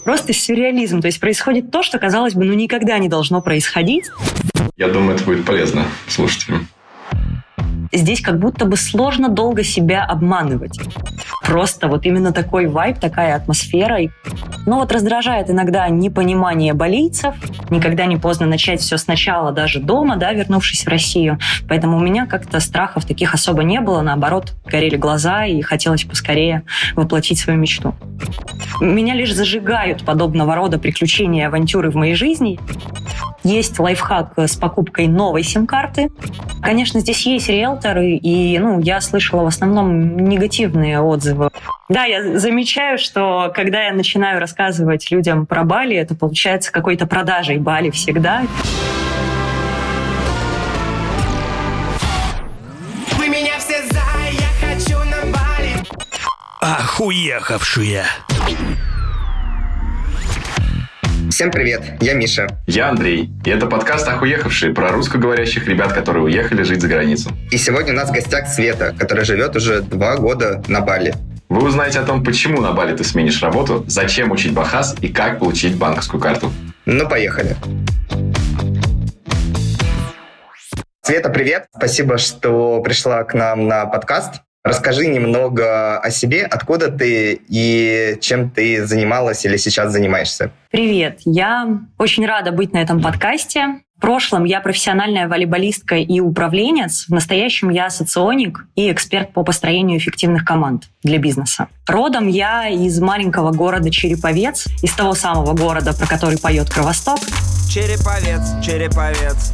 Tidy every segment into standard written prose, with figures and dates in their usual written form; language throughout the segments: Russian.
Просто сюрреализм. То есть происходит то, что, казалось бы, никогда не должно происходить. Я думаю, это будет полезно слушателям. Здесь как будто бы сложно долго себя обманывать. Просто вот именно такой вайб, такая атмосфера. Но вот раздражает иногда непонимание балийцев. Никогда не поздно начать все сначала, даже дома, да, вернувшись в Россию. Поэтому у меня как-то страхов таких особо не было. Наоборот, горели глаза и хотелось поскорее воплотить свою мечту. Меня лишь зажигают подобного рода приключения и авантюры в моей жизни. Есть лайфхак с покупкой новой сим-карты. Конечно, здесь есть риэлторы, и я слышала в основном негативные отзывы. Да, я замечаю, что когда я начинаю рассказывать людям про Бали, это получается какой-то продажей Бали всегда. Вы меня все за, я хочу на Бали. Охуехавшие. Всем привет, я Миша. Я Андрей, и это подкаст «Охуехавшие» про русскоговорящих ребят, которые уехали жить за границу. И сегодня у нас в гостях Света, которая живет уже 2 года на Бали. Вы узнаете о том, почему на Бали ты сменишь работу, зачем учить бахас и как получить банковскую карту. Ну, поехали. Света, привет. Спасибо, что пришла к нам на подкаст. Расскажи немного о себе, откуда ты и чем ты занималась или сейчас занимаешься. Привет, я очень рада быть на этом подкасте. В прошлом я профессиональная волейболистка и управленец. В настоящем я соционик и эксперт по построению эффективных команд для бизнеса. Родом я из маленького города Череповец, из того самого города, про который поет Кровосток. Череповец.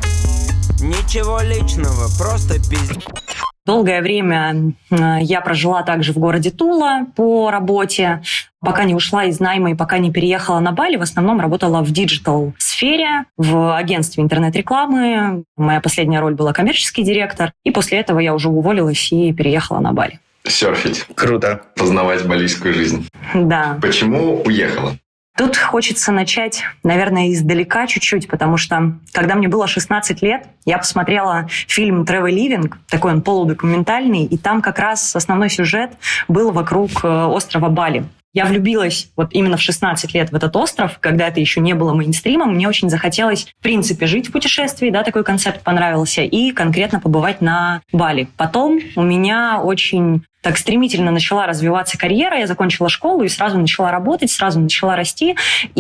Ничего личного, просто пиздец. Долгое время я прожила также в городе Тула по работе. Пока не ушла из найма и пока не переехала на Бали, в основном работала в диджитал-сфере, в агентстве интернет-рекламы. Моя последняя роль была коммерческий директор. И после этого я уже уволилась и переехала на Бали. Серфить. Круто. Познавать балийскую жизнь. Да. Почему уехала? Тут хочется начать, наверное, издалека чуть-чуть, потому что, когда мне было 16 лет, я посмотрела фильм «Travel Living», такой он полудокументальный, и там как раз основной сюжет был вокруг острова Бали. Я влюбилась вот именно в 16 лет в этот остров, когда это еще не было мейнстримом. Мне очень захотелось, в принципе, жить в путешествии, да, такой концепт понравился, и конкретно побывать на Бали. Потом у меня очень так стремительно начала развиваться карьера, я закончила школу и сразу начала работать, сразу начала расти,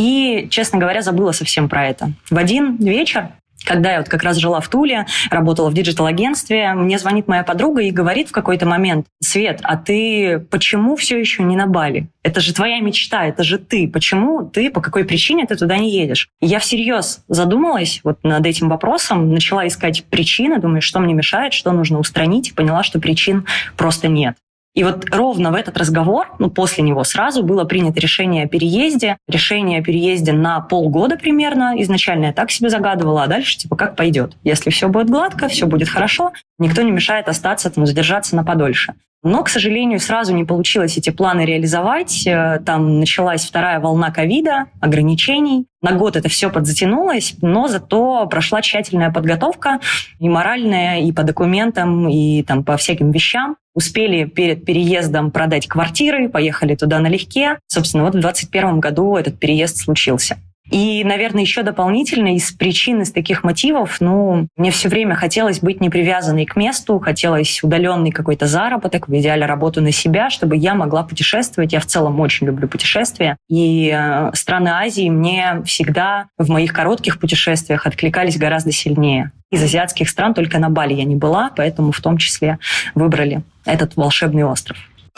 и, честно говоря, забыла совсем про это. В один вечер, когда я вот как раз жила в Туле, работала в диджитал-агентстве, мне звонит моя подруга и говорит в какой-то момент: «Свет, а ты почему все еще не на Бали? Это же твоя мечта, это же ты. Почему ты, по какой причине ты туда не едешь?» И я всерьез задумалась вот над этим вопросом, начала искать причины, думаю, что мне мешает, что нужно устранить, и поняла, что причин просто нет. И вот ровно в этот разговор, после него сразу было принято решение о переезде. Решение о переезде на полгода примерно. Изначально я так себе загадывала, а дальше как пойдет. Если все будет гладко, все будет хорошо, никто не мешает остаться, задержаться на подольше. Но, к сожалению, сразу не получилось эти планы реализовать. Там началась вторая волна ковида, ограничений. На год это все подзатянулось, но зато прошла тщательная подготовка и моральная, и по документам, и по всяким вещам. Успели перед переездом продать квартиры, поехали туда налегке. Собственно, вот в 2021 году этот переезд случился. И, наверное, еще дополнительно из причин, из таких мотивов, мне все время хотелось быть не привязанной к месту, хотелось удаленный какой-то заработок, в идеале работу на себя, чтобы я могла путешествовать. Я в целом очень люблю путешествия. И страны Азии мне всегда в моих коротких путешествиях откликались гораздо сильнее. Из азиатских стран только на Бали я не была, поэтому в том числе выбрали этот волшебный остров.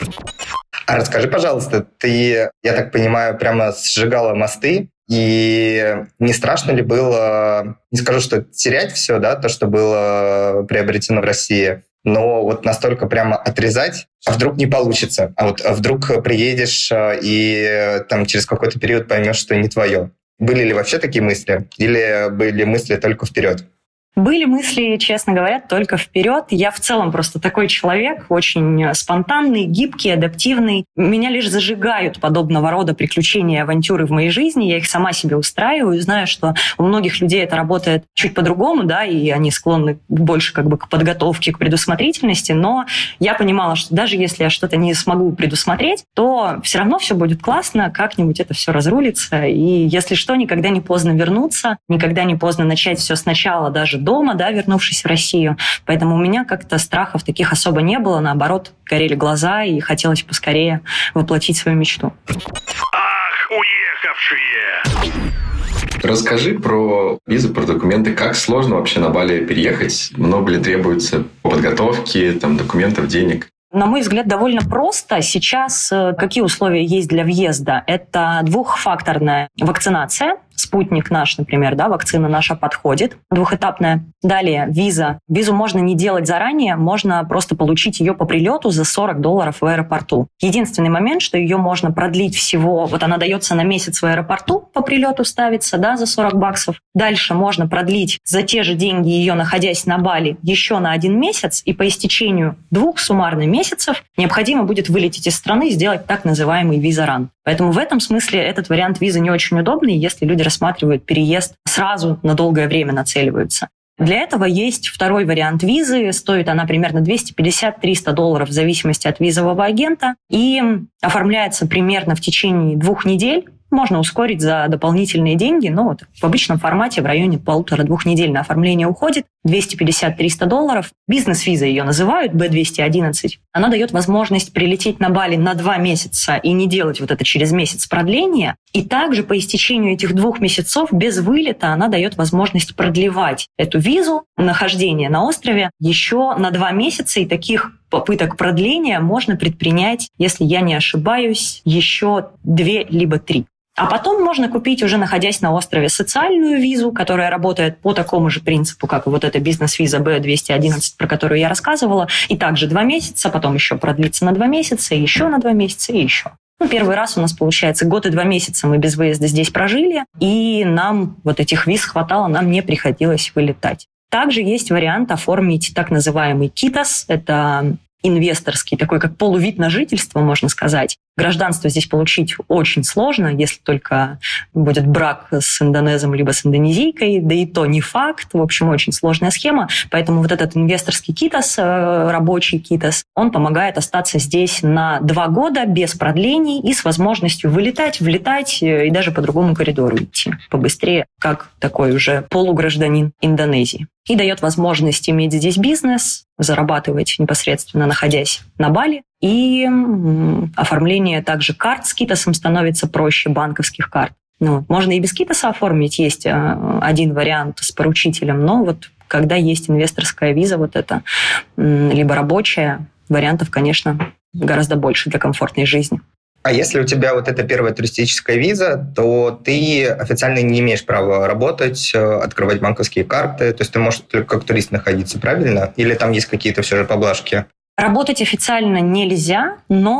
А расскажи, пожалуйста, ты, я так понимаю, прямо сжигала мосты, и не страшно ли было, не скажу, что терять все, да, то, что было приобретено в России, но вот настолько прямо отрезать, а вдруг не получится, а вдруг приедешь и через какой-то период поймешь, что не твое. Были ли вообще такие мысли? Или были мысли только вперед? Были мысли, честно говоря, только вперед. Я в целом просто такой человек, очень спонтанный, гибкий, адаптивный. Меня лишь зажигают подобного рода приключения и авантюры в моей жизни. Я их сама себе устраиваю. Знаю, что у многих людей это работает чуть по-другому, да, и они склонны больше как бы к подготовке, к предусмотрительности. Но я понимала, что даже если я что-то не смогу предусмотреть, то все равно все будет классно, как-нибудь это все разрулится. И если что, никогда не поздно вернуться, никогда не поздно начать все сначала, даже дома, да, вернувшись в Россию. Поэтому у меня как-то страхов таких особо не было. Наоборот, горели глаза, и хотелось поскорее воплотить свою мечту. Ах, уехавшие! Расскажи про визу, про документы. Как сложно вообще на Бали переехать? Много ли требуется по подготовке, там, документов, денег? На мой взгляд, довольно просто. Сейчас какие условия есть для въезда? Это двухфакторная вакцинация. Спутник наш, например, да, вакцина наша подходит, двухэтапная. Далее виза. Визу можно не делать заранее, можно просто получить ее по прилету за $40 в аэропорту. Единственный момент, что ее можно продлить всего, вот она дается на месяц в аэропорту, по прилету ставится, да, за $40. Дальше можно продлить за те же деньги ее, находясь на Бали, еще на 1 месяц, и по истечению 2 суммарно месяцев необходимо будет вылететь из страны и сделать так называемый виза-ран. Поэтому в этом смысле этот вариант визы не очень удобный, если люди рассматривают переезд сразу на долгое время, нацеливаются. Для этого есть второй вариант визы. Стоит она примерно $250-300 в зависимости от визового агента. И оформляется примерно в течение 2 недель. Можно ускорить за дополнительные деньги, но вот в обычном формате в районе 1,5-2 недель на оформление уходит. $250-300. Бизнес-виза ее называют, B211. Она дает возможность прилететь на Бали на 2 месяца и не делать вот это через месяц продления. И также по истечению этих 2 месяцев без вылета она дает возможность продлевать эту визу нахождения на острове еще на 2 месяца. И таких попыток продления можно предпринять, если я не ошибаюсь, еще 2 либо 3. А потом можно купить, уже находясь на острове, социальную визу, которая работает по такому же принципу, как и вот эта бизнес-виза B211, про которую я рассказывала. И также 2 месяца, потом еще продлится на 2 месяца, и еще на 2 месяца, и еще. Первый раз у нас, получается, 1 год и 2 месяца мы без выезда здесь прожили, и нам вот этих виз хватало, нам не приходилось вылетать. Также есть вариант оформить так называемый КИТОС. Это инвесторский, такой как полувид на жительство, можно сказать. Гражданство здесь получить очень сложно, если только будет брак с индонезом либо с индонезийкой, да и то не факт. В общем, очень сложная схема. Поэтому вот этот инвесторский КИТОС, рабочий КИТОС, он помогает остаться здесь на 2 года без продлений и с возможностью вылетать, влетать и даже по другому коридору идти побыстрее, как такой уже полугражданин Индонезии. И дает возможность иметь здесь бизнес, зарабатывать непосредственно находясь на Бали. И оформление также карт с КИТОСом становится проще банковских карт. Можно и без КИТОСа оформить. Есть один вариант с поручителем, но вот когда есть инвесторская виза, вот это, либо рабочая, вариантов, конечно, гораздо больше для комфортной жизни. А если у тебя вот эта первая туристическая виза, то ты официально не имеешь права работать, открывать банковские карты, то есть ты можешь только как турист находиться, правильно? Или там есть какие-то все же поблажки? Работать официально нельзя,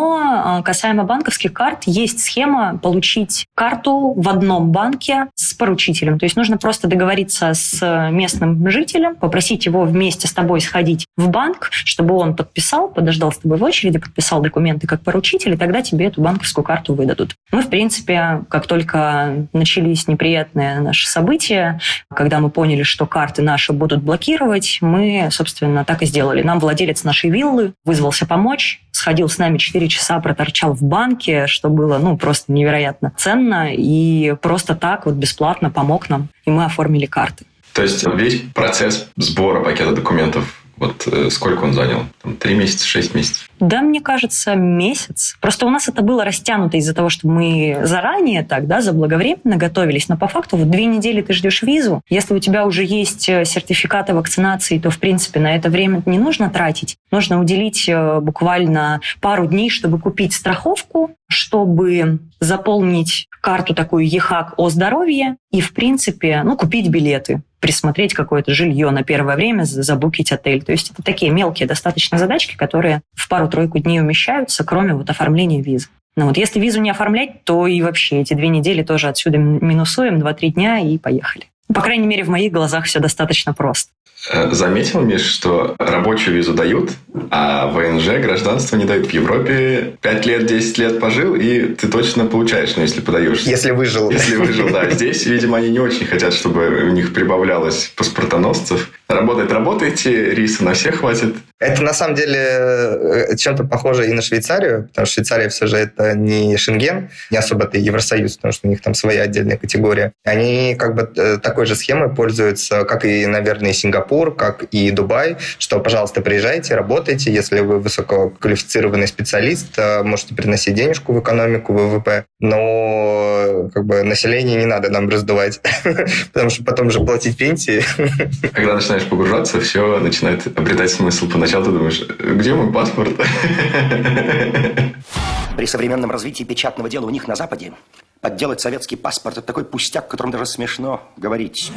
но касаемо банковских карт, есть схема получить карту в одном банке с поручителем. То есть нужно просто договориться с местным жителем, попросить его вместе с тобой сходить в банк, чтобы он подписал, подождал с тобой в очереди, подписал документы как поручитель, и тогда тебе эту банковскую карту выдадут. Мы, в принципе, как только начались неприятные наши события, когда мы поняли, что карты наши будут блокировать, мы, собственно, так и сделали. Нам владелец нашей виллы вызвался помочь, сходил с нами 4 часа, проторчал в банке, что было, просто невероятно ценно, и просто так вот бесплатно помог нам, и мы оформили карты. То есть весь процесс сбора пакета документов, вот сколько он занял? 3 месяца, 6 месяцев? Да, мне кажется, месяц. Просто у нас это было растянуто из-за того, что мы заранее заблаговременно готовились. Но по факту 2 недели ты ждешь визу. Если у тебя уже есть сертификаты вакцинации, то, в принципе, на это время не нужно тратить. Нужно уделить буквально пару дней, чтобы купить страховку, чтобы заполнить карту такую ЕХАК о здоровье и, в принципе, купить билеты, присмотреть какое-то жилье на первое время, забукить отель. То есть это такие мелкие достаточно задачки, которые в пару-тройку дней умещаются, кроме оформления визы. Если визу не оформлять, то и вообще эти 2 недели тоже отсюда минусуем, 2-3 дня и поехали. По крайней мере, в моих глазах все достаточно просто. Заметил, Миш, что рабочую визу дают, а ВНЖ гражданство не дают. В Европе 5 лет, 10 лет пожил, и ты точно получаешь, ну, если подаешься. Если выжил. Если выжил, да. Здесь, видимо, они не очень хотят, чтобы у них прибавлялось паспортоносцев. Работаете, риса на всех хватит. Это, на самом деле, чем-то похоже и на Швейцарию, потому что Швейцария все же это не Шенген, не особо-то Евросоюз, потому что у них там своя отдельная категория. Они как бы такой же схемой пользуются, как и, наверное, Сингапур, как и Дубай, что, пожалуйста, приезжайте, работайте. Если вы высококвалифицированный специалист, можете приносить денежку в экономику, в ВВП, но как бы население не надо нам раздувать, потому что потом же платить пенсии. Когда начинаешь погружаться, все начинает обретать смысл. Поначалу ты думаешь, где мой паспорт? При современном развитии печатного дела у них на Западе подделать советский паспорт – это такой пустяк, о котором даже смешно говорить.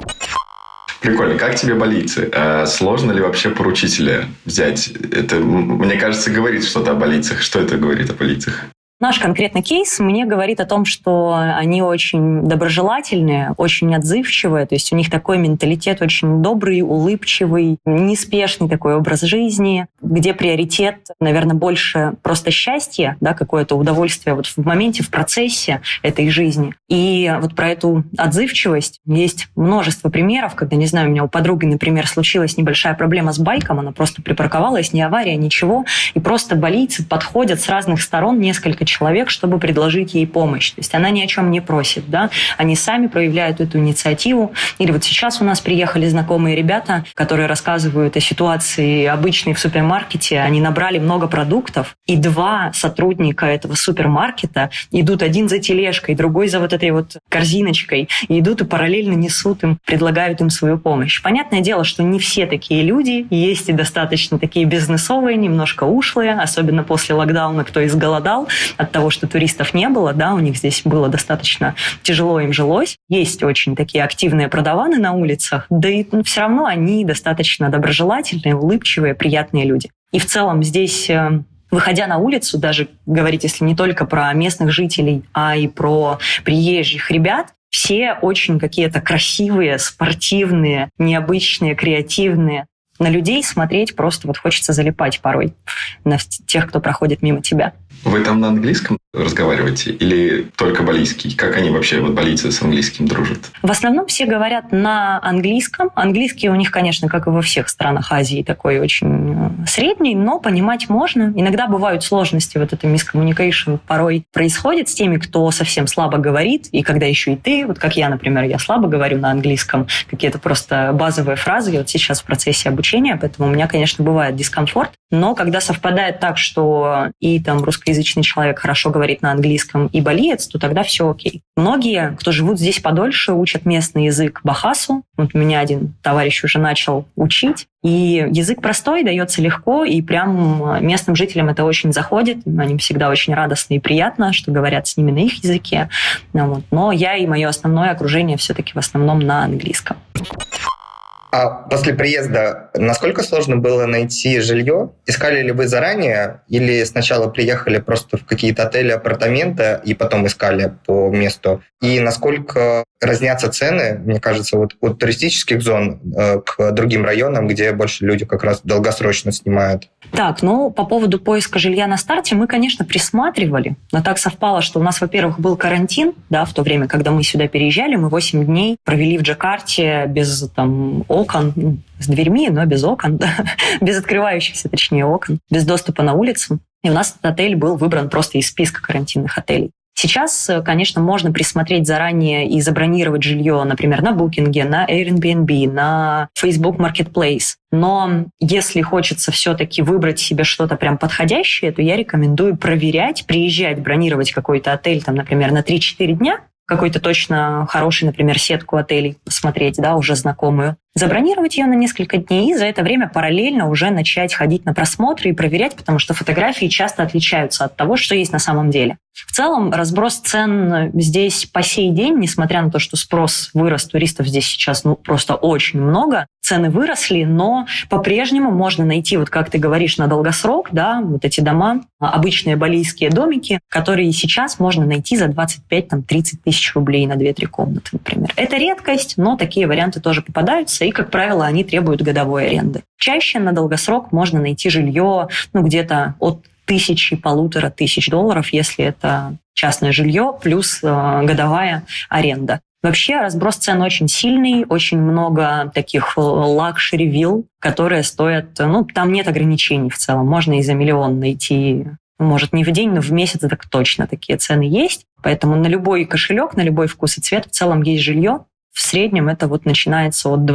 Прикольно. Как тебе балийцы? Сложно ли вообще поручителя взять? Это, мне кажется, говорит что-то о балийцах. Что это говорит о балийцах? Наш конкретный кейс мне говорит о том, что они очень доброжелательные, очень отзывчивые, то есть у них такой менталитет очень добрый, улыбчивый, неспешный такой образ жизни, где приоритет, наверное, больше просто счастья, да, какое-то удовольствие вот в моменте, в процессе этой жизни. И вот про эту отзывчивость есть множество примеров, когда, не знаю, у меня у подруги, например, случилась небольшая проблема с байком, она просто припарковалась, не авария, ничего, и просто балийцы подходят с разных сторон, несколько человек, чтобы предложить ей помощь. То есть она ни о чем не просит, да? Они сами проявляют эту инициативу. Или вот сейчас у нас приехали знакомые ребята, которые рассказывают о ситуации обычной в супермаркете. Они набрали много продуктов, и 2 сотрудника этого супермаркета идут один за тележкой, другой за вот этой вот корзиночкой, и идут и параллельно несут им, предлагают им свою помощь. Понятное дело, что не все такие люди, есть и достаточно такие бизнесовые, немножко ушлые, особенно после локдауна, кто изголодал от того, что туристов не было, да, у них здесь было достаточно тяжело им жилось. Есть очень такие активные продаваны на улицах, да и все равно они достаточно доброжелательные, улыбчивые, приятные люди. И в целом здесь, выходя на улицу, даже говорить, если не только про местных жителей, а и про приезжих ребят, все очень какие-то красивые, спортивные, необычные, креативные. На людей смотреть просто вот хочется залипать порой, на тех, кто проходит мимо тебя. Вы там на английском разговариваете или только балийский? Как они вообще, вот балийцы с английским дружат? В основном все говорят на английском. Английский у них, конечно, как и во всех странах Азии, такой очень средний, но понимать можно. Иногда бывают сложности, вот это мискоммуникейшн порой происходит с теми, кто совсем слабо говорит, и когда еще и ты, вот как я, например, я слабо говорю на английском, какие-то просто базовые фразы, я вот сейчас в процессе обучения, поэтому у меня, конечно, бывает дискомфорт, но когда совпадает так, что и там русскоязычный человек хорошо говорит на английском и балиец, то тогда все окей. Многие, кто живут здесь подольше, учат местный язык бахасу. Вот меня один товарищ уже начал учить. И язык простой, дается легко, и прям местным жителям это очень заходит. Они всегда очень радостны и приятно, что говорят с ними на их языке. Вот. Но я и мое основное окружение все-таки в основном на английском. А после приезда насколько сложно было найти жилье? Искали ли вы заранее или сначала приехали просто в какие-то отели, апартаменты и потом искали по месту? И насколько разнятся цены, мне кажется, вот от туристических зон к другим районам, где больше люди как раз долгосрочно снимают? Так, ну, по поводу поиска жилья на старте мы, конечно, присматривали, но так совпало, что у нас, во-первых, был карантин, да, в то время, когда мы сюда переезжали, мы 8 дней провели в Джакарте без там окон, с дверьми, но без окон, да, без открывающихся, точнее, окон, без доступа на улицу. И у нас этот отель был выбран просто из списка карантинных отелей. Сейчас, конечно, можно присмотреть заранее и забронировать жилье, например, на Booking, на Airbnb, на Facebook Marketplace. Но если хочется все-таки выбрать себе что-то прям подходящее, то я рекомендую проверять, приезжать, бронировать какой-то отель, там, например, на 3-4 дня, какой-то точно хороший, например, сетку отелей посмотреть, да, уже знакомую, забронировать ее на несколько дней и за это время параллельно уже начать ходить на просмотры и проверять, потому что фотографии часто отличаются от того, что есть на самом деле. В целом, разброс цен здесь по сей день, несмотря на то, что спрос вырос, туристов здесь сейчас просто очень много, цены выросли, но по-прежнему можно найти, вот как ты говоришь, на долгосрок, да, вот эти дома, обычные балийские домики, которые сейчас можно найти за 25-30 тысяч рублей на 2-3 комнаты, например. Это редкость, но такие варианты тоже попадаются, и, как правило, они требуют годовой аренды. Чаще на долгосрок можно найти жилье, где-то от 1000-1500 долларов, если это частное жилье, плюс годовая аренда. Вообще разброс цен очень сильный, очень много таких лакшери-вилл, которые стоят... там нет ограничений в целом, можно и за миллион найти, может, не в день, но в месяц так точно такие цены есть. Поэтому на любой кошелек, на любой вкус и цвет в целом есть жилье. В среднем это начинается от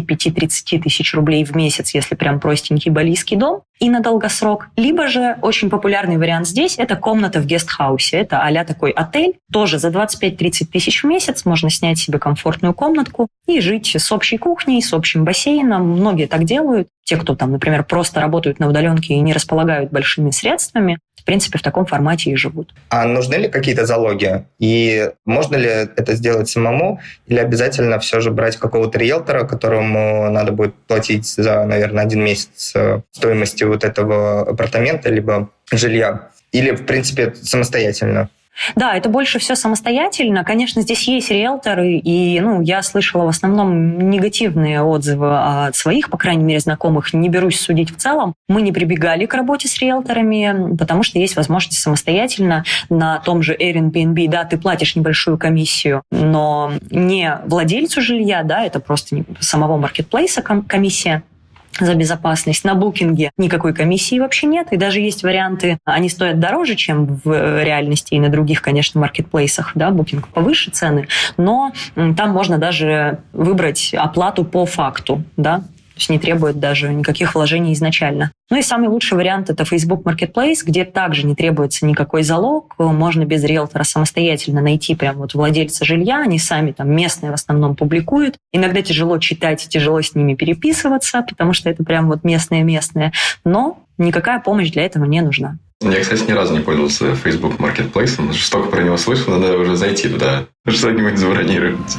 25-30 тысяч рублей в месяц, если прям простенький балийский дом, и на долгосрок. Либо же очень популярный вариант здесь – это комната в гестхаусе. Это а-ля такой отель. Тоже за 25-30 тысяч в месяц можно снять себе комфортную комнатку и жить с общей кухней, с общим бассейном. Многие так делают. Те, кто там, например, просто работают на удаленке и не располагают большими средствами, в принципе, в таком формате и живут. А нужны ли какие-то залоги? И можно ли это сделать самому? Или обязательно все же брать какого-то риэлтора, которому надо будет платить за, наверное, 1 месяц стоимости вот этого апартамента либо жилья? Или, в принципе, самостоятельно? Да, это больше все самостоятельно. Конечно, здесь есть риэлторы, и я слышала в основном негативные отзывы от своих, по крайней мере, знакомых. Не берусь судить в целом. Мы не прибегали к работе с риэлторами, потому что есть возможность самостоятельно на том же Airbnb, да, ты платишь небольшую комиссию, но не владельцу жилья, да, это просто самого маркетплейса комиссия за безопасность. На букинге никакой комиссии вообще нет. И даже есть варианты, они стоят дороже, чем в реальности и на других, конечно, маркетплейсах. Да, букинг повыше цены. Но там можно даже выбрать оплату по факту. Да? То есть не требует даже никаких вложений изначально. Ну и самый лучший вариант – это Facebook Marketplace, где также не требуется никакой залог. Можно без риэлтора самостоятельно найти прям владельца жилья. Они сами там местные в основном публикуют. Иногда тяжело читать, тяжело с ними переписываться, потому что это прям местные-местные. Но никакая помощь для этого не нужна. Я, кстати, ни разу не пользовался Facebook Marketplace. Столько про него слышал, надо уже зайти туда, что-нибудь забронировать.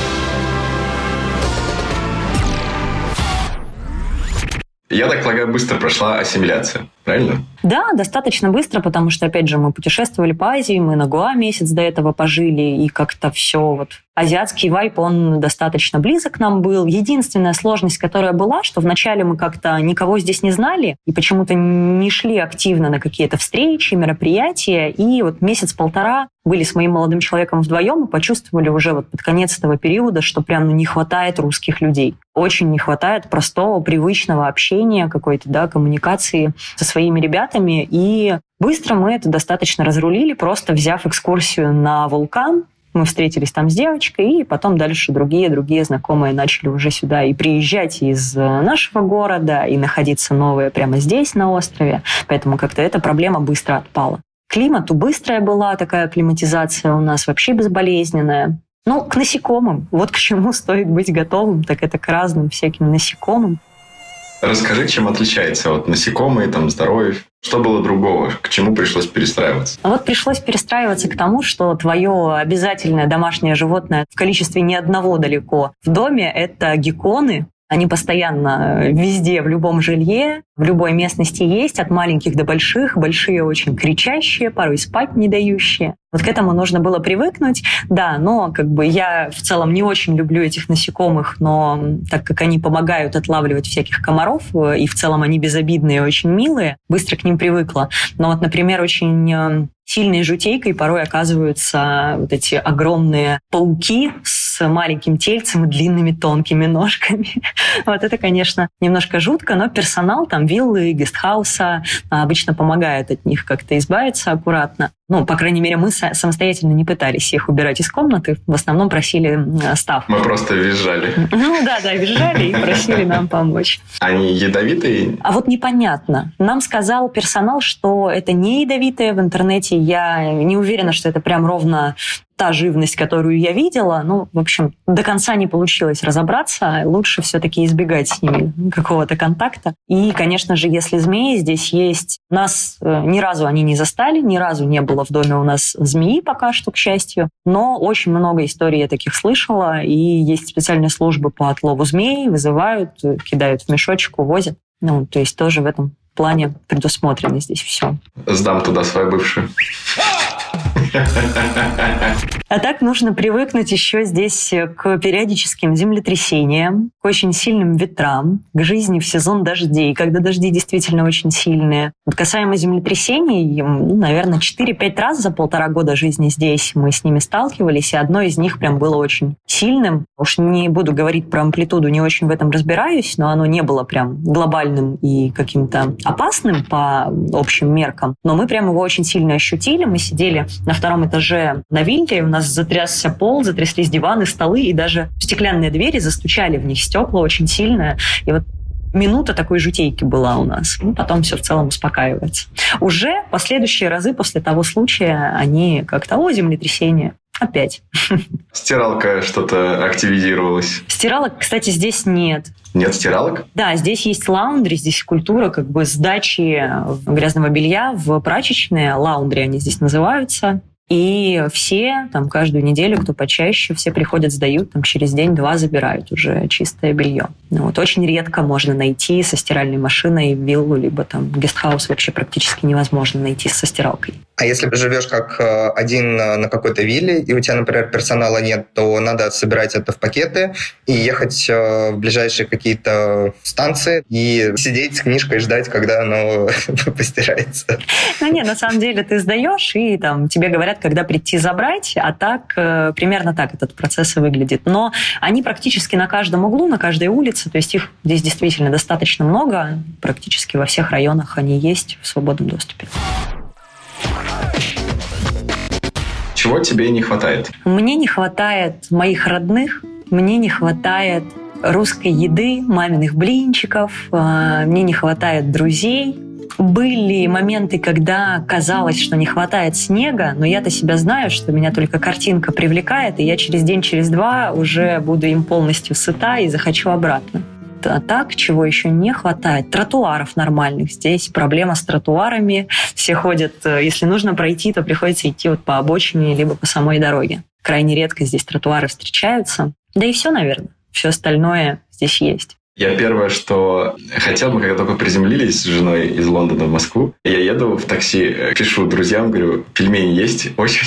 Я так полагаю, быстро прошла ассимиляция, правильно? Да, достаточно быстро, потому что, опять же, мы путешествовали по Азии, мы на Гоа месяц до этого пожили, и как-то все азиатский вайб, он достаточно близок нам был. Единственная сложность, которая была, что вначале мы как-то никого здесь не знали и почему-то не шли активно на какие-то встречи, мероприятия, и месяц-полтора были с моим молодым человеком вдвоем и почувствовали уже под конец этого периода, что прям не хватает русских людей. Очень не хватает простого, привычного общения, какой-то, да, коммуникации со своими ребятами. И быстро мы это достаточно разрулили, просто взяв экскурсию на вулкан. Мы встретились там с девочкой, и потом дальше другие знакомые начали уже сюда и приезжать из нашего города, и находиться новые прямо здесь, на острове. Поэтому как-то эта проблема быстро отпала. Климат быстрая была, такая акклиматизация у нас вообще безболезненная. К насекомым. К чему стоит быть готовым, так это к разным всяким насекомым. Расскажи, чем отличается насекомые, здоровье. Что было другого? К чему пришлось перестраиваться? Пришлось перестраиваться к тому, что твое обязательное домашнее животное в количестве ни одного далеко в доме – это гекконы. Они постоянно везде, в любом жилье, в любой местности есть, от маленьких до больших. Большие очень кричащие, порой спать не дающие. К этому нужно было привыкнуть. Да, но я в целом не очень люблю этих насекомых, но так как они помогают отлавливать всяких комаров, и в целом они безобидные, очень милые, быстро к ним привыкла. Но например, очень сильной жутейкой порой оказываются эти огромные пауки с маленьким тельцем и длинными тонкими ножками. Это, конечно, немножко жутко, но персонал виллы, гестхауса обычно помогает от них как-то избавиться аккуратно. По крайней мере, мы самостоятельно не пытались их убирать из комнаты. В основном просили стаф. Мы просто визжали. Да, визжали и просили нам помочь. Они ядовитые? А непонятно. Нам сказал персонал, что это не ядовитые. В интернете я не уверена, что это прям ровно та живность, которую я видела. Ну, в общем, до конца не получилось разобраться. Лучше все-таки избегать с ними какого-то контакта. И, конечно же, если змеи здесь есть... Нас ни разу они не застали, ни разу не было в доме у нас змеи пока что, к счастью. Но очень много историй я таких слышала. И есть специальные службы по отлову змей. Вызывают, кидают в мешочек, увозят. Ну, то есть тоже в этом плане предусмотрено здесь все. Сдам туда свою бывшую. А так нужно привыкнуть еще здесь к периодическим землетрясениям, к очень сильным ветрам, к жизни в сезон дождей, когда дожди действительно очень сильные. Вот касаемо землетрясений, наверное, 4-5 раз за 1,5 года жизни здесь мы с ними сталкивались, и одно из них прям было очень сильным. Уж не буду говорить про амплитуду, не очень в этом разбираюсь, но оно не было прям глобальным и каким-то опасным по общим меркам. Но мы прям его очень сильно ощутили. Мы сидели на 2-м этаже на вилле, у нас затрясся пол, затряслись диваны, столы, и даже стеклянные двери застучали в них стекла очень сильно. И вот минута такой жутейки была у нас. Потом все в целом успокаивается. Уже последующие разы после того случая они как-то, землетрясение. Опять. Стиралка что-то активизировалась. Стиралок, кстати, здесь нет. Нет стиралок? Да, здесь есть лаундри, здесь культура сдачи грязного белья в прачечные. Лаундри они здесь называются. И все, каждую неделю, кто почаще, все приходят, сдают, через день-два забирают уже чистое белье. Очень редко можно найти со стиральной машиной виллу, либо гестхаус вообще практически невозможно найти со стиралкой. А если живешь как один на какой-то вилле, и у тебя, например, персонала нет, то надо собирать это в пакеты и ехать в ближайшие какие-то станции и сидеть с книжкой и ждать, когда оно постирается. Нет, на самом деле ты сдаешь, и тебе говорят, когда прийти забрать, а так, примерно так этот процесс и выглядит. Но они практически на каждом углу, на каждой улице, то есть их здесь действительно достаточно много, практически во всех районах они есть в свободном доступе. Чего тебе не хватает? Мне не хватает моих родных, мне не хватает русской еды, маминых блинчиков, мне не хватает друзей. Были моменты, когда казалось, что не хватает снега, но я-то себя знаю, что меня только картинка привлекает, и я через день, через два уже буду им полностью сыта и захочу обратно. А так, чего еще не хватает? Тротуаров нормальных. Здесь проблема с тротуарами. Все ходят, если нужно пройти, то приходится идти по обочине, либо по самой дороге. Крайне редко здесь тротуары встречаются. Да и все, наверное. Все остальное здесь есть. Я первое, что хотел бы, когда только приземлились с женой из Лондона в Москву, я еду в такси, пишу друзьям, говорю, пельмени есть? Очень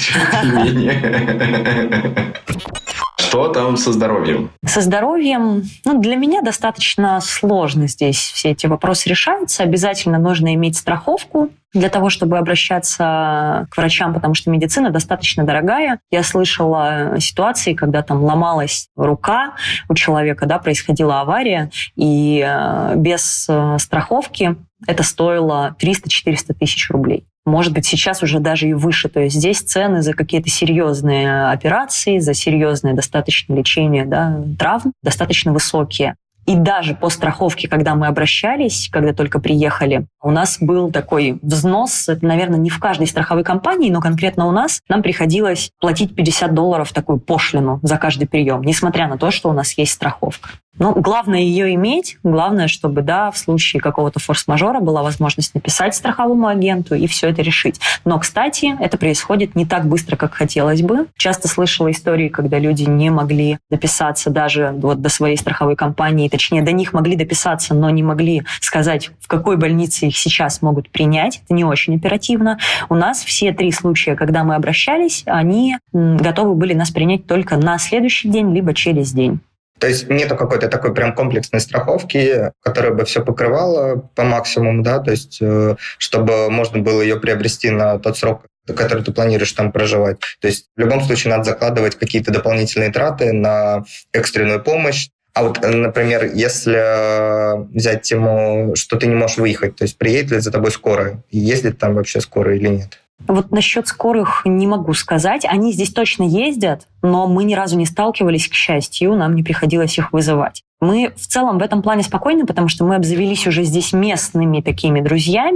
пельмени. Что там со здоровьем? Со здоровьем, для меня достаточно сложно здесь все эти вопросы решаются. Обязательно нужно иметь страховку для того, чтобы обращаться к врачам, потому что медицина достаточно дорогая. Я слышала ситуации, когда ломалась рука у человека, происходила авария, и без страховки это стоило 300-400 тысяч рублей. Может быть, сейчас уже даже и выше. То есть здесь цены за какие-то серьезные операции, за серьезное достаточно лечение травм достаточно высокие. И даже по страховке, когда мы обращались, когда только приехали, у нас был такой взнос, это, наверное, не в каждой страховой компании, но конкретно у нас нам приходилось платить $50 такую пошлину за каждый прием, несмотря на то, что у нас есть страховка. Главное ее иметь, главное, чтобы, в случае какого-то форс-мажора была возможность написать страховому агенту и все это решить. Но, кстати, это происходит не так быстро, как хотелось бы. Часто слышала истории, когда люди не могли дописаться даже до своей страховой компании, точнее, до них могли дописаться, но не могли сказать, в какой больнице их сейчас могут принять. Это не очень оперативно. У нас все 3 случая, когда мы обращались, они готовы были нас принять только на следующий день, либо через день. То есть нету какой-то такой прям комплексной страховки, которая бы все покрывала по максимуму, то есть чтобы можно было ее приобрести на тот срок, который ты планируешь там проживать. То есть в любом случае надо закладывать какие-то дополнительные траты на экстренную помощь. А например, если взять тему, что ты не можешь выехать, то есть приедет ли за тобой скорая, ездит там вообще скорая или нет? Насчет скорых не могу сказать. Они здесь точно ездят, но мы ни разу не сталкивались, к счастью, нам не приходилось их вызывать. Мы в целом в этом плане спокойны, потому что мы обзавелись уже здесь местными такими друзьями,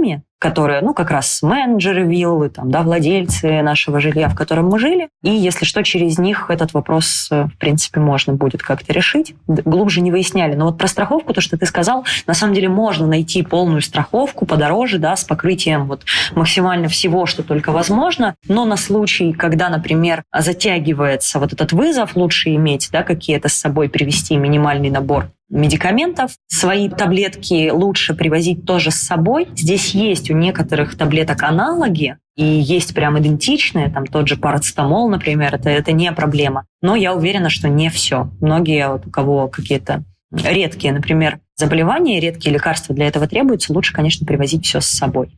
которые, как раз менеджеры виллы, владельцы нашего жилья, в котором мы жили. И, если что, через них этот вопрос, в принципе, можно будет как-то решить. Глубже не выясняли. Но вот про страховку, то, что ты сказал, на самом деле можно найти полную страховку подороже, с покрытием максимально всего, что только возможно. Но на случай, когда, например, затягивается этот вызов, лучше иметь какие-то с собой привезти минимальный набор медикаментов. Свои таблетки лучше привозить тоже с собой. Здесь есть у некоторых таблеток аналоги, и есть прям идентичные, тот же парацетамол, например, это не проблема. Но я уверена, что не все. Многие, у кого какие-то редкие, например, заболевания, редкие лекарства для этого требуются, лучше, конечно, привозить все с собой.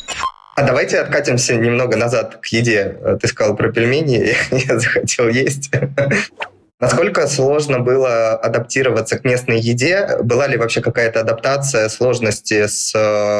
А давайте откатимся немного назад к еде. Ты сказал про пельмени, я захотел есть. Насколько сложно было адаптироваться к местной еде? Была ли вообще какая-то адаптация, сложности с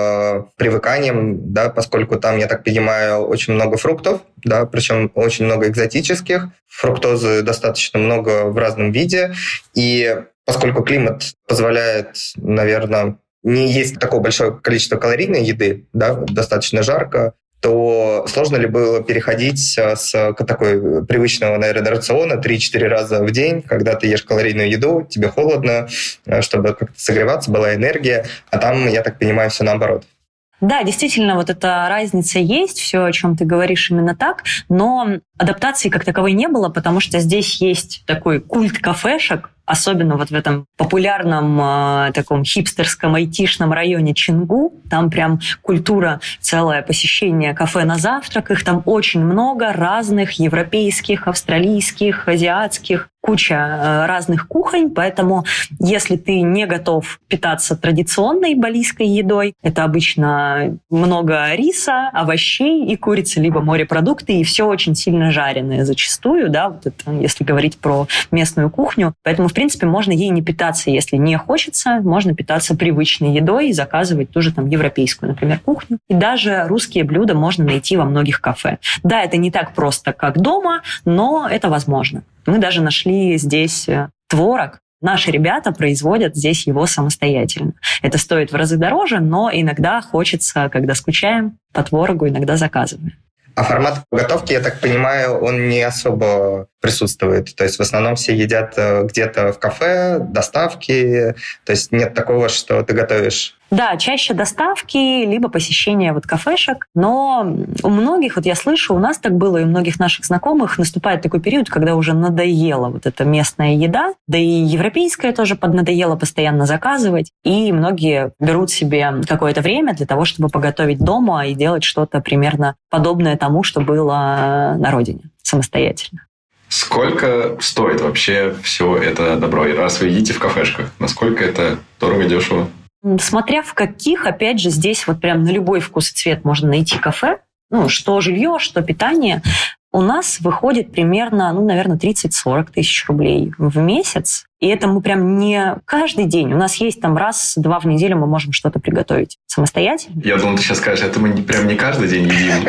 привыканием, поскольку там, я так понимаю, очень много фруктов, причем очень много экзотических. Фруктозы достаточно много в разном виде. И поскольку климат позволяет, наверное, не есть такое большое количество калорийной еды, достаточно жарко, то сложно ли было переходить с такой привычного, наверное, рациона 3-4 раза в день, когда ты ешь калорийную еду, тебе холодно, чтобы как-то согреваться, была энергия, а там, я так понимаю, все наоборот. Да, действительно, эта разница есть, все, о чем ты говоришь, именно так, но адаптации как таковой не было, потому что здесь есть такой культ кафешек, особенно в этом популярном таком хипстерском айтишном районе Чингу. Там прям культура целое посещение кафе на завтрак. Их там очень много разных европейских, австралийских, азиатских, куча разных кухонь. Поэтому если ты не готов питаться традиционной балийской едой, это обычно много риса, овощей и курицы, либо морепродукты, и все очень сильно жареное зачастую, это, если говорить про местную кухню. Поэтому, в принципе, можно ей не питаться, если не хочется. Можно питаться привычной едой и заказывать ту же европейскую, например, кухню. И даже русские блюда можно найти во многих кафе. Да, это не так просто, как дома, но это возможно. Мы даже нашли здесь творог. Наши ребята производят здесь его самостоятельно. Это стоит в разы дороже, но иногда хочется, когда скучаем по творогу, иногда заказываем. А формат готовки, я так понимаю, он не особо присутствует. То есть в основном все едят где-то в кафе, доставки. То есть нет такого, что ты готовишь. Да, чаще доставки, либо посещение кафешек. Но у многих, я слышу, у нас так было, и у многих наших знакомых наступает такой период, когда уже надоела эта местная еда, да и европейская тоже поднадоела постоянно заказывать. И многие берут себе какое-то время для того, чтобы поготовить дома и делать что-то примерно подобное тому, что было на родине самостоятельно. Сколько стоит вообще все это добро? И раз вы едите в кафешках, насколько это дорого, дешево? Смотря в каких, опять же, здесь прям на любой вкус и цвет можно найти кафе. Что жилье, что питание. У нас выходит примерно, наверное, 30-40 тысяч рублей в месяц. И это мы прям не каждый день. У нас есть раз-два в неделю мы можем что-то приготовить самостоятельно. Я думал, ты сейчас скажешь, это мы прям не каждый день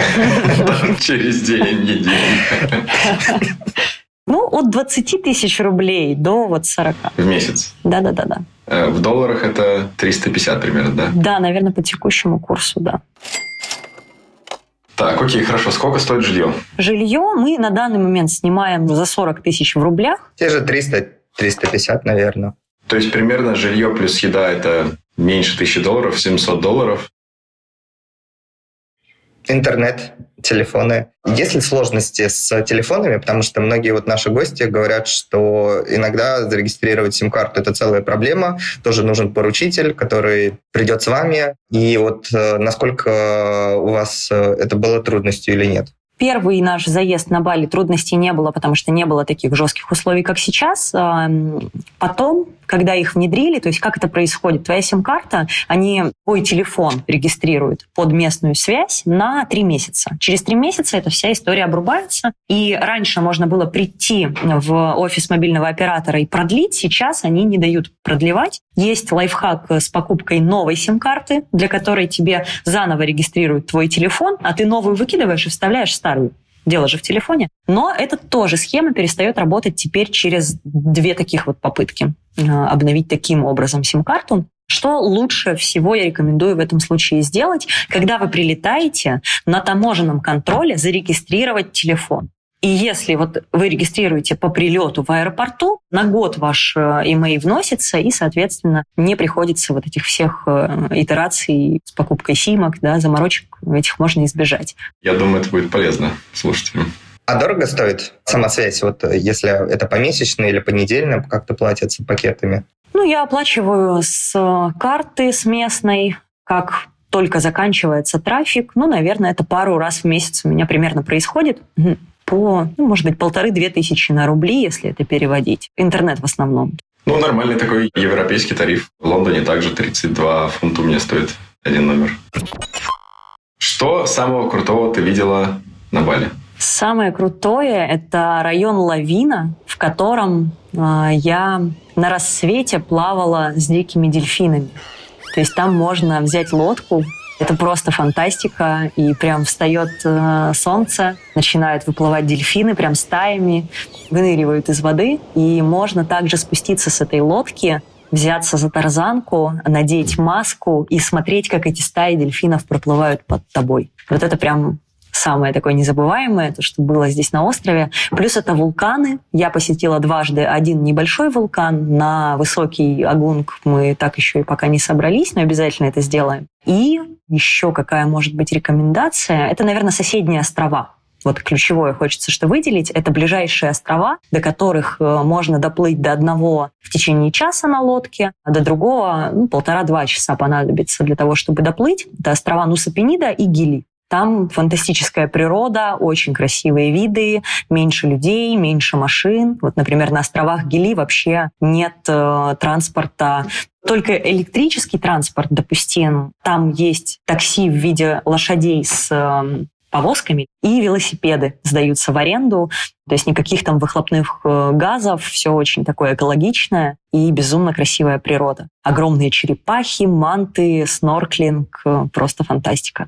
едим. Через день едим. От 20 тысяч рублей до 40. В месяц? Да. В долларах это 350 примерно, да? Да, наверное, по текущему курсу, да. Так, окей, хорошо. Сколько стоит жилье? Жилье мы на данный момент снимаем за 40 тысяч в рублях. Те же 300-350, наверное. То есть примерно жилье плюс еда – это меньше $1000, $700. Интернет, телефоны. Есть ли сложности с телефонами? Потому что многие наши гости говорят, что иногда зарегистрировать сим-карту – это целая проблема. Тоже нужен поручитель, который придет с вами. И насколько у вас это было трудностью или нет? Первый наш заезд на Бали трудностей не было, потому что не было таких жестких условий, как сейчас. Потом, когда их внедрили, то есть как это происходит? Твоя сим-карта, они твой телефон регистрируют под местную связь на 3 месяца. Через 3 месяца эта вся история обрубается. И раньше можно было прийти в офис мобильного оператора и продлить. Сейчас они не дают продлевать. Есть лайфхак с покупкой новой сим-карты, для которой тебе заново регистрируют твой телефон, а ты новую выкидываешь и вставляешь старую. Дело же в телефоне. Но эта тоже схема перестает работать теперь через 2 таких попытки обновить таким образом сим-карту. Что лучше всего я рекомендую в этом случае сделать? Когда вы прилетаете, на таможенном контроле зарегистрировать телефон. И если вот вы регистрируете по прилету в аэропорту, на год ваш имей вносится, и, соответственно, не приходится вот этих всех итераций с покупкой симок, да, заморочек этих можно избежать. Я думаю, это будет полезно слушателям. А дорого стоит сама связь, вот если это помесячно или понедельно, как-то платятся пакетами? Я оплачиваю с карты, с местной, как только заканчивается трафик. Наверное, это пару раз в месяц у меня примерно происходит. По, может быть, 1500-2000 на рубли, если это переводить. Интернет в основном. Нормальный такой европейский тариф. В Лондоне также 32 фунта у меня стоит один номер. Что самого крутого ты видела на Бали? Самое крутое – это район Лавина, в котором я на рассвете плавала с дикими дельфинами. То есть там можно взять лодку. Это просто фантастика. И прям встает солнце, начинают выплывать дельфины прям стаями, выныривают из воды. И можно также спуститься с этой лодки, взяться за тарзанку, надеть маску и смотреть, как эти стаи дельфинов проплывают под тобой. Вот это прям самое такое незабываемое, то, что было здесь на острове. Плюс это вулканы. Я посетила дважды один небольшой вулкан. На высокий Агунг мы так еще и пока не собрались, но обязательно это сделаем. И еще какая может быть рекомендация? Это, наверное, соседние острова. Вот ключевое хочется что выделить. Это ближайшие острова, до которых можно доплыть до одного в течение часа на лодке, а до другого 1,5-2 часа понадобится для того, чтобы доплыть. Это острова Нуса Пенида и Гили. Там фантастическая природа, очень красивые виды, меньше людей, меньше машин. Вот, например, на островах Гили вообще нет транспорта. Только электрический транспорт допустим. Там есть такси в виде лошадей с повозками, и велосипеды сдаются в аренду. То есть никаких там выхлопных газов, все очень такое экологичное и безумно красивая природа. Огромные черепахи, манты, снорклинг, просто фантастика.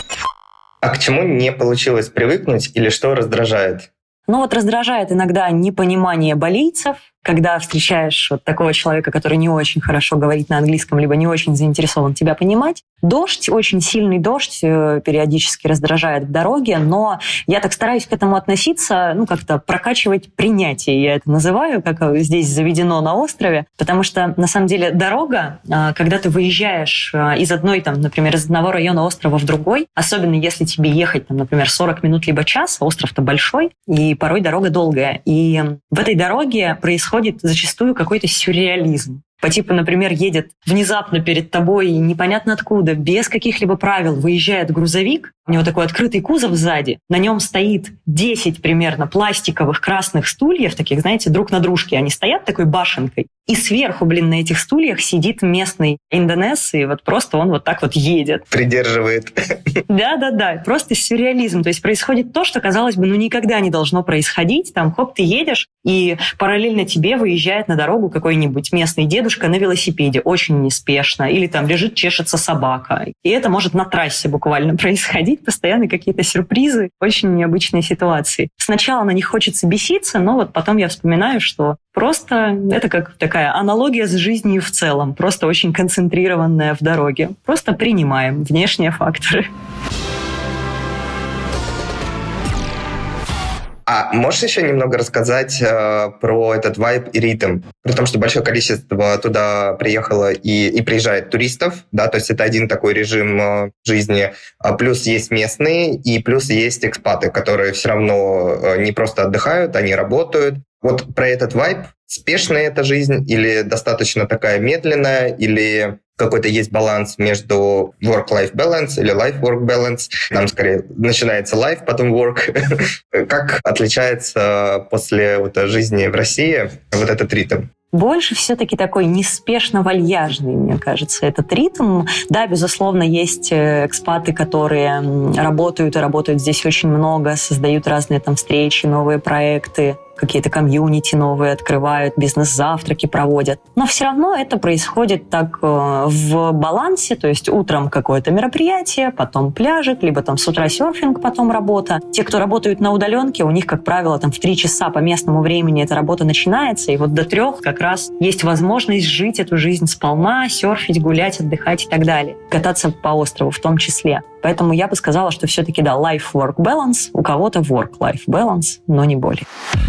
А к чему не получилось привыкнуть или что раздражает? Раздражает иногда непонимание балийцев, когда встречаешь вот такого человека, который не очень хорошо говорит на английском, либо не очень заинтересован тебя понимать. Дождь, очень сильный дождь периодически раздражает в дороге, но я так стараюсь к этому относиться, как-то прокачивать принятие, я это называю, как здесь заведено на острове, потому что, на самом деле, дорога, когда ты выезжаешь из одного района острова в другой, особенно если тебе ехать, например, 40 минут либо час, остров-то большой, и порой дорога долгая, и в этой дороге происходит зачастую какой-то сюрреализм. По типу, например, едет внезапно перед тобой непонятно откуда, без каких-либо правил, выезжает грузовик, у него такой открытый кузов сзади, на нем стоит 10 примерно пластиковых красных стульев, таких, знаете, друг на дружке, они стоят такой башенкой, и сверху, на этих стульях сидит местный индонез, и вот просто он вот так вот едет. Придерживает. Да, просто сюрреализм. То есть происходит то, что, казалось бы, никогда не должно происходить. Там, хоп, ты едешь, и параллельно тебе выезжает на дорогу какой-нибудь местный дедушка на велосипеде, очень неспешно, или там лежит, чешется собака. И это может на трассе буквально происходить, постоянно какие-то сюрпризы, очень необычные ситуации. Сначала на них хочется беситься, но вот потом я вспоминаю, что просто это как такая аналогия с жизнью в целом, просто очень концентрированная в дороге. Просто принимаем внешние факторы. А можешь еще немного рассказать про этот вайб и ритм? При том, что большое количество туда приехало и приезжает туристов, да, то есть это один такой режим жизни. Плюс есть местные, и плюс есть экспаты, которые все равно не просто отдыхают, они работают. Вот про этот вайб. Спешная эта жизнь или достаточно такая медленная, или какой-то есть баланс между work-life balance или life-work balance. Там скорее начинается life, потом work. Как отличается после жизни в России вот этот ритм? Больше все-таки такой неспешно-вальяжный, мне кажется, этот ритм. Да, безусловно, есть экспаты, которые работают, и работают здесь очень много, создают разные встречи, новые проекты, какие-то комьюнити новые открывают, бизнес-завтраки проводят. Но все равно это происходит так в балансе, то есть утром какое-то мероприятие, потом пляжик, либо там с утра серфинг, потом работа. Те, кто работают на удаленке, у них, как правило, там в 3 часа по местному времени эта работа начинается, и вот до 3 как раз есть возможность жить эту жизнь сполна, серфить, гулять, отдыхать и так далее. Кататься по острову в том числе. Поэтому я бы сказала, что все-таки, да, life-work balance, у кого-то work-life balance, но не более.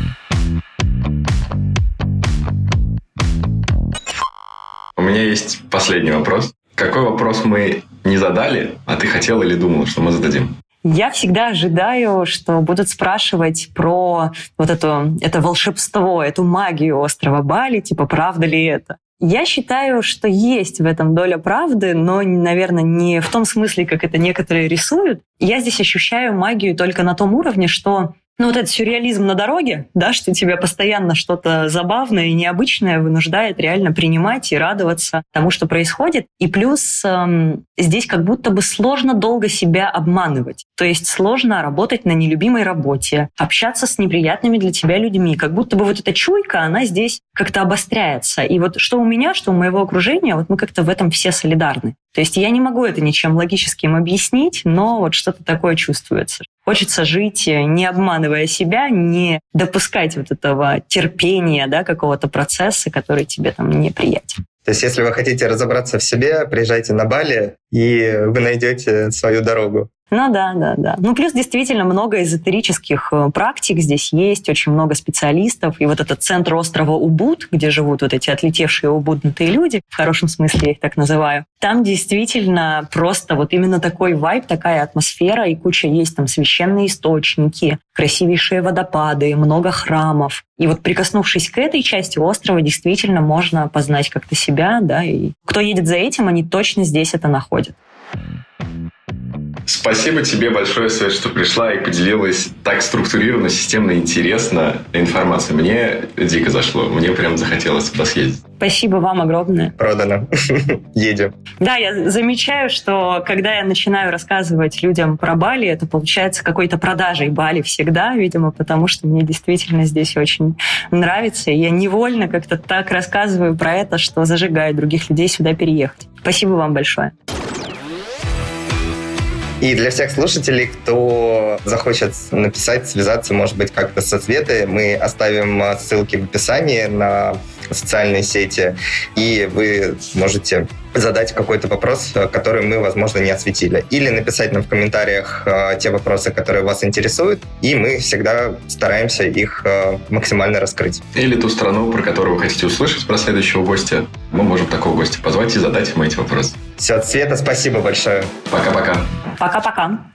У меня есть последний вопрос. Какой вопрос мы не задали, а ты хотел или думал, что мы зададим? Я всегда ожидаю, что будут спрашивать про вот это волшебство, эту магию острова Бали, типа, правда ли это? Я считаю, что есть в этом доля правды, но, наверное, не в том смысле, как это некоторые рисуют. Я здесь ощущаю магию только на том уровне, что вот этот сюрреализм на дороге, да, что тебя постоянно что-то забавное и необычное вынуждает реально принимать и радоваться тому, что происходит. И плюс здесь как будто бы сложно долго себя обманывать. То есть сложно работать на нелюбимой работе, общаться с неприятными для тебя людьми. Как будто бы вот эта чуйка, она здесь как-то обостряется. И вот что у меня, что у моего окружения, вот мы как-то в этом все солидарны. То есть я не могу это ничем логическим объяснить, но вот что-то такое чувствуется. Хочется жить, не обманывая себя, не допускать вот этого терпения, да, какого-то процесса, который тебе там неприятен. То есть если вы хотите разобраться в себе, приезжайте на Бали, и вы найдете свою дорогу. Ну да. Ну плюс действительно много эзотерических практик здесь есть, очень много специалистов. И вот этот центр острова Убуд, где живут вот эти отлетевшие убуднутые люди, в хорошем смысле я их так называю, там действительно просто вот именно такой вайб, такая атмосфера, и куча есть там священные источники, красивейшие водопады, много храмов. И вот прикоснувшись к этой части острова, действительно можно познать как-то себя, да, и кто едет за этим, они точно здесь это находят. Спасибо тебе большое, Свет, что пришла и поделилась так структурированно, системно и интересно информацией. Мне дико зашло. Мне прям захотелось туда съездить. Спасибо вам огромное. Продано. Едем. Да, я замечаю, что когда я начинаю рассказывать людям про Бали, это получается какой-то продажей Бали всегда, видимо, потому что мне действительно здесь очень нравится. И я невольно как-то так рассказываю про это, что зажигаю других людей сюда переехать. Спасибо вам большое. И для всех слушателей, кто захочет написать, связаться, может быть, как-то со Светой, мы оставим ссылки в описании на социальные сети, и вы можете задать какой-то вопрос, который мы, возможно, не осветили. Или написать нам в комментариях те вопросы, которые вас интересуют, и мы всегда стараемся их максимально раскрыть. Или ту страну, про которую вы хотите услышать про следующего гостя. Мы можем такого гостя позвать и задать ему эти вопросы. Все, Света, спасибо большое. Пока-пока. Пока-пока.